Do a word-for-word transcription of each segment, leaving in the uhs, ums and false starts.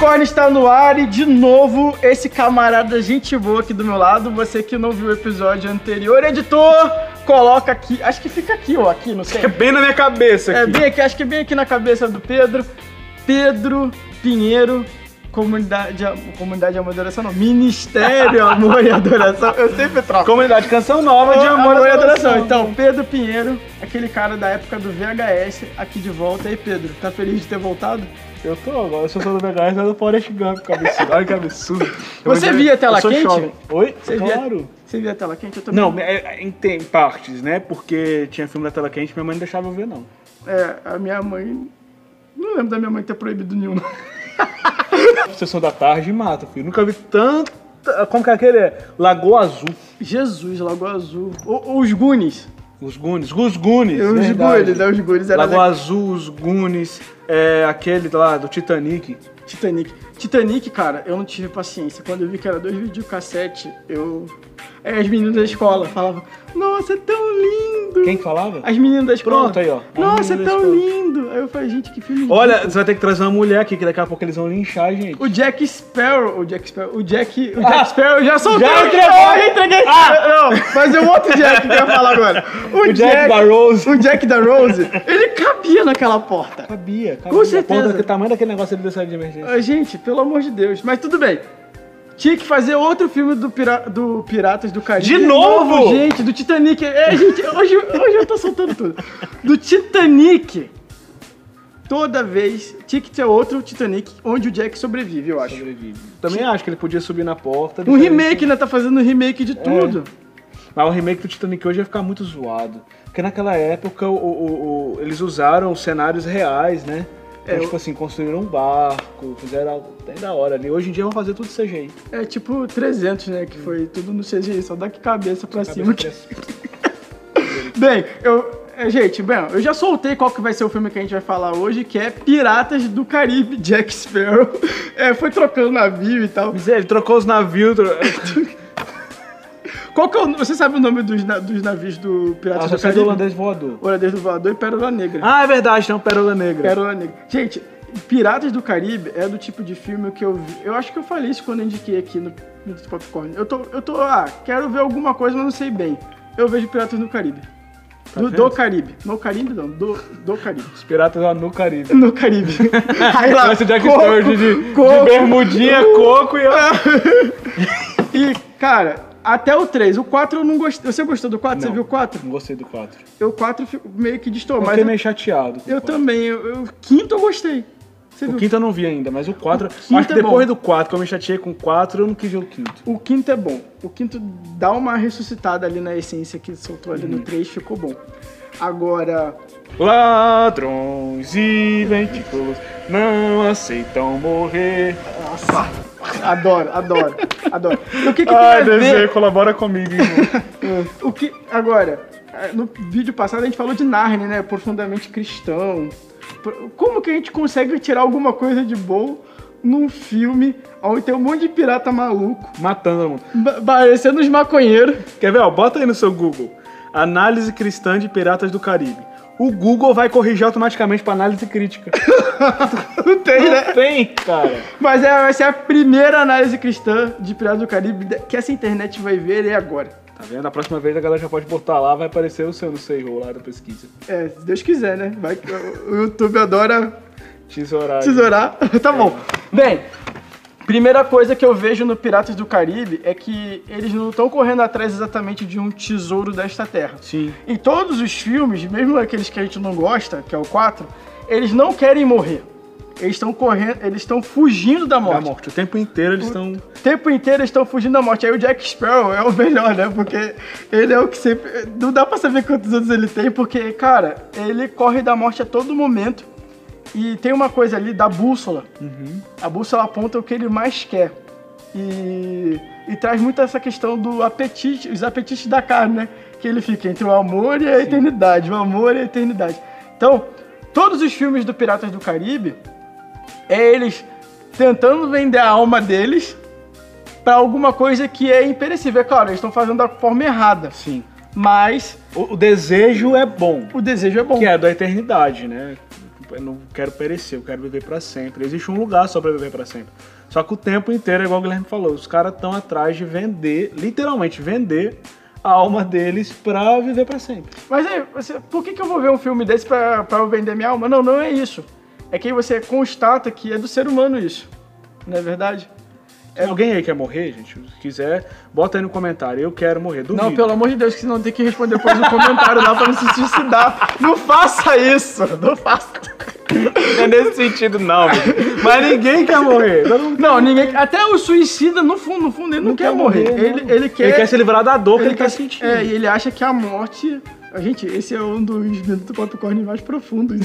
Popcorn está no ar e de novo esse camarada gente boa aqui do meu lado. Você que não viu o episódio anterior, editor, coloca aqui, acho que fica aqui ou aqui, não sei. Fica bem na minha cabeça aqui. É bem aqui, acho que é bem aqui na cabeça do Pedro. Pedro Pinheiro, Comunidade, Comunidade de Amor e Adoração, não, Ministério Amor e Adoração, eu sempre troco. Comunidade Canção Nova de Amor, Amor e e Adoração. Adoração. Então, Pedro Pinheiro, aquele cara da época do V H S, aqui de volta. E aí, Pedro, tá feliz de ter voltado? Eu tô agora, se eu sou do V H S, é do Forrest Gump, que absurdo. Olha que absurdo. Você Eu via a tela quente? Jovem. Oi? Você claro. Via, você via a tela quente? Eu também. Não, é, é, em tem partes, né? Porque tinha filme da tela quente, minha mãe não deixava eu ver, não. É, a minha mãe... Não lembro da minha mãe ter proibido nenhum. Sessão da tarde mata, filho. Nunca vi tanta... Como que é aquele? É? Lagoa Azul. Jesus, Lagoa Azul. O, os Goonies. Os Goonies. Os Goonies, Os Goonies, né? Os Goonies era Lagoa Azul, os Goonies. É, aquele lá do Titanic. Titanic. Titanic, cara, eu não tive paciência. Quando eu vi que era dois videocassete, eu... Aí as meninas da escola falavam, nossa, é tão lindo. Quem falava? As meninas da escola. Pronto, aí, ó. Nossa, é tão lindo. Aí eu falei, gente, que filme lindo. Olha, você vai ter que trazer uma mulher aqui, que daqui a pouco eles vão linchar, gente. O Jack Sparrow, o Jack Sparrow, o Jack, o Jack ah, Sparrow já soltou. Já entregou. Oh, já entreguei. Ah. Não, mas é o outro Jack que eu ia falar agora. O, o Jack, Jack da Rose. O Jack da Rose, ele cabia naquela porta. Cabia, cabia. Com certeza. O tamanho daquele negócio ali da saída de emergência. Ah, gente, pelo amor de Deus. Mas tudo bem. Tinha que fazer outro filme do, Pira... do Piratas do Caribe. De novo? novo? Gente, do Titanic. É, gente, hoje, hoje eu tô soltando tudo. Do Titanic. Toda vez tinha que ter outro Titanic onde o Jack sobrevive, eu acho. Sobrevive. Também Sim. acho que ele podia subir na porta. Um remake, né? Tá fazendo um remake de tudo. É. Mas o remake do Titanic hoje ia ficar muito zoado. Porque naquela época o, o, o, eles usaram cenários reais, né? Então, é, tipo assim, construíram um barco, fizeram algo bem da hora ali. Hoje em dia vão fazer tudo C G I. É tipo trezentos, né? Que foi tudo no C G I, só dá que cabeça pra só cima. Cabeça que... Bem, eu... Gente, bem, eu já soltei qual que vai ser o filme que a gente vai falar hoje, que é Piratas do Caribe, Jack Sparrow. É, foi trocando navio e tal. Ele trocou os navios... Qual que é o... Você sabe o nome dos, na... dos navios do Piratas ah, do Caribe? Do Holandês Voador. Holandês do Voador e Pérola Negra. Ah, é verdade, tem um Pérola Negra. Pérola Negra. Gente, Piratas do Caribe é do tipo de filme que eu vi... Eu acho que eu falei isso quando eu indiquei aqui no, no Popcorn. Eu tô, eu tô... Ah, quero ver alguma coisa, mas não sei bem. Eu vejo Piratas do Caribe. Tá do, do Caribe. No Caribe, não. Do, do Caribe. Os piratas lá no Caribe. No Caribe. Aí lá... Parece o Jack Sparrow de, de, de bermudinha, coco e... E, cara... Até o três. O quatro eu não gostei. Você gostou do quatro? Não, Você viu o quatro? Não gostei do quatro. Eu o quatro meio que distou. Eu fiquei meio chateado. Eu também. O quinto eu gostei. Você o viu? Quinto eu não vi ainda, mas o quatro... O acho que é depois bom. do quatro, que eu me chateei com o quatro, eu não quis ver o quinto. O quinto é bom. O quinto dá uma ressuscitada ali na essência que soltou ali uhum. no três, ficou bom. Agora... Ladrões e ventículos não aceitam morrer. Nossa, adoro, adoro, adoro. O que que Ai, tem a ver... colabora comigo, irmão. O que... Agora, no vídeo passado a gente falou de Narnia, né? Profundamente cristão. Como que a gente consegue tirar alguma coisa de bom num filme onde tem um monte de pirata maluco? Matando mundo. Parecendo os maconheiros. Quer ver? Ó, bota aí no seu Google. Análise cristã de Piratas do Caribe. O Google vai corrigir automaticamente para análise crítica. Não tem, né? Não tem, cara. Mas é, vai ser a primeira análise cristã de Piratas do Caribe que essa internet vai ver e agora. Tá vendo? A próxima vez a galera já pode botar lá, vai aparecer o seu no Sei-Ho lá da pesquisa. É, se Deus quiser, né? Vai, o YouTube adora... Tesourar. Tesourar. Tá bom. Bem... Primeira coisa que eu vejo no Piratas do Caribe é que eles não estão correndo atrás exatamente de um tesouro desta terra. Sim. Em todos os filmes, mesmo aqueles que a gente não gosta, que é o quatro, eles não querem morrer. Eles estão correndo, eles estão fugindo da morte. Da morte. O tempo inteiro eles estão... O tempo inteiro eles estão fugindo da morte. Aí o Jack Sparrow é o melhor, né? Porque ele é o que sempre... Não dá pra saber quantos anos ele tem, porque, cara, ele corre da morte a todo momento. E tem uma coisa ali da bússola. Uhum. A bússola aponta o que ele mais quer. E, e traz muito essa questão do apetite, os apetites da carne, né? Que ele fica entre o amor e a Sim. eternidade. O amor e a eternidade. Então, todos os filmes do Piratas do Caribe, é eles tentando vender a alma deles pra alguma coisa que é imperecível. É claro, eles estão fazendo da forma errada. Sim. Mas... O, o desejo é bom. O desejo é bom. Que é da eternidade, né? eu não quero perecer, eu quero viver pra sempre. Existe um lugar só pra viver pra sempre. Só que o tempo inteiro, é igual o Guilherme falou, os caras estão atrás de vender, literalmente vender a alma deles pra viver pra sempre. Mas aí, você, por que, que eu vou ver um filme desse pra, pra eu vender minha alma? Não, não é isso. É que aí você constata que é do ser humano isso. Não é verdade? É... Alguém aí quer morrer, gente? Se quiser, bota aí no comentário. Eu quero morrer. Duvido. Não, pelo amor de Deus, que senão tem que responder depois no comentário lá pra não se suicidar. Não faça isso! Não faça. Não é nesse sentido, não. Mas ninguém quer morrer. Não, não ninguém. Até o suicida, no fundo, no fundo, ele não, não quer, quer morrer. morrer. Ele, ele, quer, ele quer se livrar da dor que ele, ele quer tá sentindo. É, e ele acha que a morte. Gente, esse é um dos minutos do Popcorn mais profundos.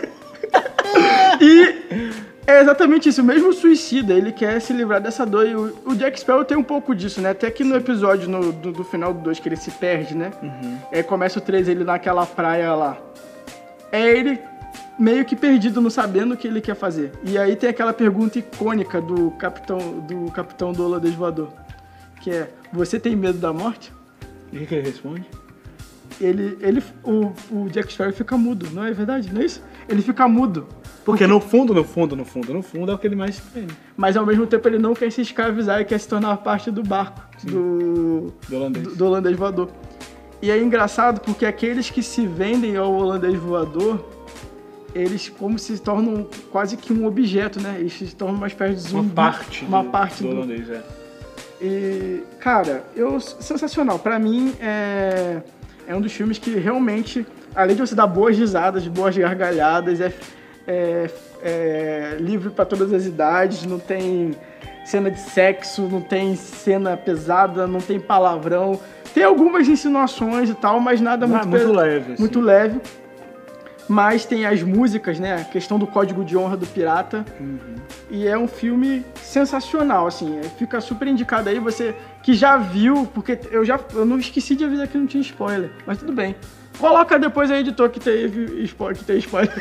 E é exatamente isso, mesmo o suicida, ele quer se livrar dessa dor, e o, o Jack Sparrow tem um pouco disso, né, até que no episódio no, do, do final do dois, que ele se perde, né, uhum. Aí começa o três, ele naquela praia lá, é ele meio que perdido, não sabendo o que ele quer fazer, e aí tem aquela pergunta icônica do capitão do capitão do holandês voador, que é, você tem medo da morte? E o que ele responde? Ele, ele, o, o Jack Sparrow fica mudo, não é verdade? Não é isso? Ele fica mudo. Porque no fundo, no fundo, no fundo, no fundo é o que ele mais tem. Mas ao mesmo tempo ele não quer se escravizar e quer se tornar parte do barco do, do, holandês. Do, do holandês voador. E é engraçado porque aqueles que se vendem ao holandês voador, eles como se tornam quase que um objeto, né? Eles se tornam uma espécie de zumbi. Uma parte uma do, parte do, do holandês, é. E, cara, eu, sensacional. Pra mim, é, é um dos filmes que realmente, além de você dar boas risadas, boas gargalhadas, é... É, é, livre para todas as idades, não tem cena de sexo, não tem cena pesada, não tem palavrão, tem algumas insinuações e tal, mas nada não, muito, muito pe... leve, muito assim. leve. Mas tem as músicas, né? A questão do código de honra do pirata. Uhum. E é um filme sensacional, assim. Fica super indicado aí, você que já viu, porque eu já eu não esqueci de avisar que não tinha spoiler, mas tudo bem. Coloca depois aí, editor, que teve spoiler. Que tem spoiler.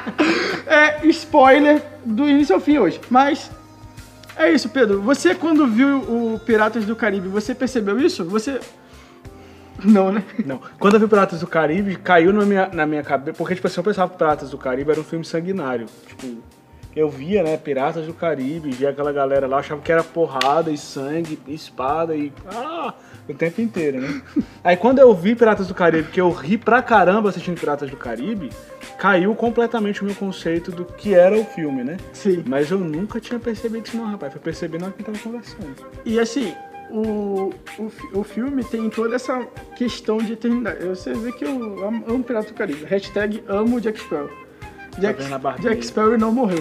É spoiler do início ao fim hoje. Mas é isso, Pedro. Você, quando viu o Piratas do Caribe, você percebeu isso? Você... Não, né? Não. Quando eu vi Piratas do Caribe, caiu na minha, na minha cabeça... Porque, tipo assim, eu pensava que Piratas do Caribe era um filme sanguinário. Tipo, eu via, né, Piratas do Caribe, via aquela galera lá, achava que era porrada e sangue, e espada e... Ah! O tempo inteiro, né? Aí quando eu vi Piratas do Caribe, que eu ri pra caramba assistindo Piratas do Caribe, caiu completamente o meu conceito do que era o filme, né? Sim. Mas eu nunca tinha percebido isso não, rapaz. Foi perceber na hora que a gente tava conversando. E assim, o, o, o filme tem toda essa questão de eternidade. Você vê que eu amo, amo Piratas do Caribe. Hashtag amo Jack Sparrow. Jack, tá Jack Sparrow não morreu.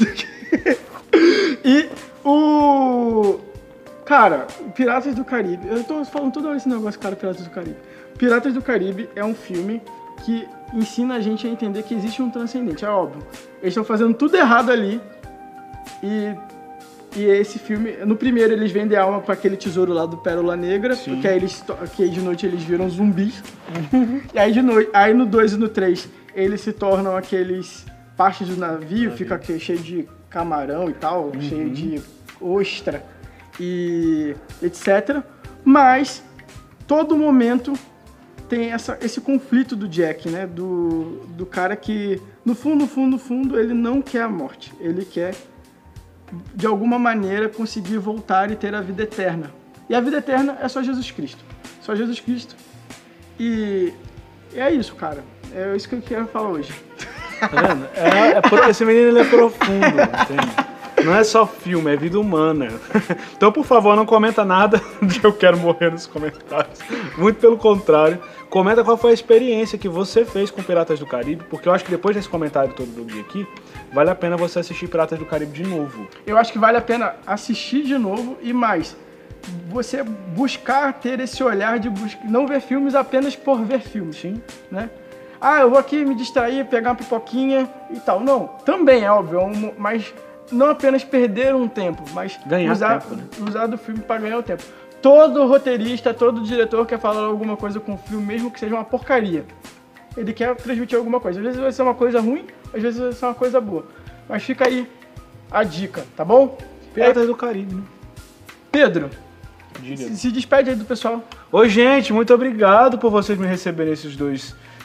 E o... Cara, Piratas do Caribe, eu tô falando toda hora esse negócio, cara, Piratas do Caribe. Piratas do Caribe é um filme que ensina a gente a entender que existe um transcendente, é óbvio. Eles estão fazendo tudo errado ali e, e esse filme, no primeiro eles vendem a alma para aquele tesouro lá do Pérola Negra, Sim. porque aí, eles, que aí de noite eles viram zumbis. E aí, de noite, aí no dois e no três eles se tornam aqueles partes do navio, navio. Fica aqui, cheio de camarão e tal, uhum. cheio de ostra. E etcétera. Mas todo momento tem essa, esse conflito do Jack, né? Do, do cara que, no fundo, no fundo, no fundo, ele não quer a morte. Ele quer, de alguma maneira, conseguir voltar e ter a vida eterna. E a vida eterna é só Jesus Cristo. Só Jesus Cristo. E é isso, cara. É isso que eu quero falar hoje. Tá vendo? É, é pro, esse menino ele é profundo, entende? Não é só filme, é vida humana. Então, por favor, não comenta nada de eu quero morrer nos comentários. Muito pelo contrário. Comenta qual foi a experiência que você fez com Piratas do Caribe, porque eu acho que depois desse comentário todo do Gui aqui, vale a pena você assistir Piratas do Caribe de novo. Eu acho que vale a pena assistir de novo e mais, você buscar ter esse olhar de buscar, não ver filmes apenas por ver filmes. Sim. Né? Ah, eu vou aqui me distrair, pegar uma pipoquinha e tal. Não, também é óbvio, mas... não apenas perder um tempo, mas ganhar usar, tempo, né? usar do filme para ganhar o tempo. Todo roteirista, todo diretor quer falar alguma coisa com o filme, mesmo que seja uma porcaria. Ele quer transmitir alguma coisa. Às vezes vai ser uma coisa ruim, às vezes vai ser uma coisa boa. Mas fica aí a dica, tá bom? Piratas é... do Caribe, né? Pedro, se, se despede aí do pessoal. Oi, gente, muito obrigado por vocês me receberem esses dois...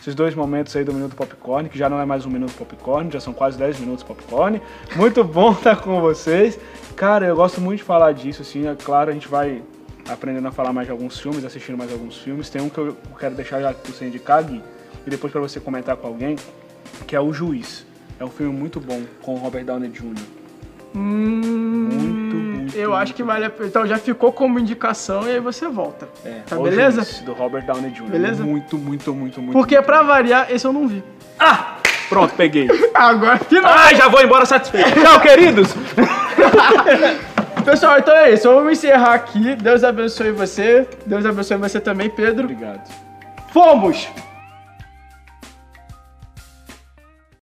esses dois momentos aí do Minuto Popcorn, que já não é mais um Minuto Popcorn, já são quase dez minutos Popcorn. Muito bom estar com vocês. Cara, eu gosto muito de falar disso, assim, é claro, a gente vai aprendendo a falar mais de alguns filmes, assistindo mais alguns filmes. Tem um que eu quero deixar já pra você indicar, Gui, e depois pra você comentar com alguém, que é O Juiz. É um filme muito bom, com o Robert Downey Júnior Hum, Muito, muito. Eu acho que vale a pena. Então já ficou como indicação e aí você volta. É, tá O beleza? Juiz, do Robert Downey Júnior Beleza? Muito, muito, muito, muito. Porque pra variar, esse eu não vi. Ah! Pronto, peguei. Agora final. Ah, já vou embora satisfeito. Tchau, queridos! Pessoal, então é isso. Vamos encerrar aqui. Deus abençoe você. Deus abençoe você também, Pedro. Obrigado. Fomos!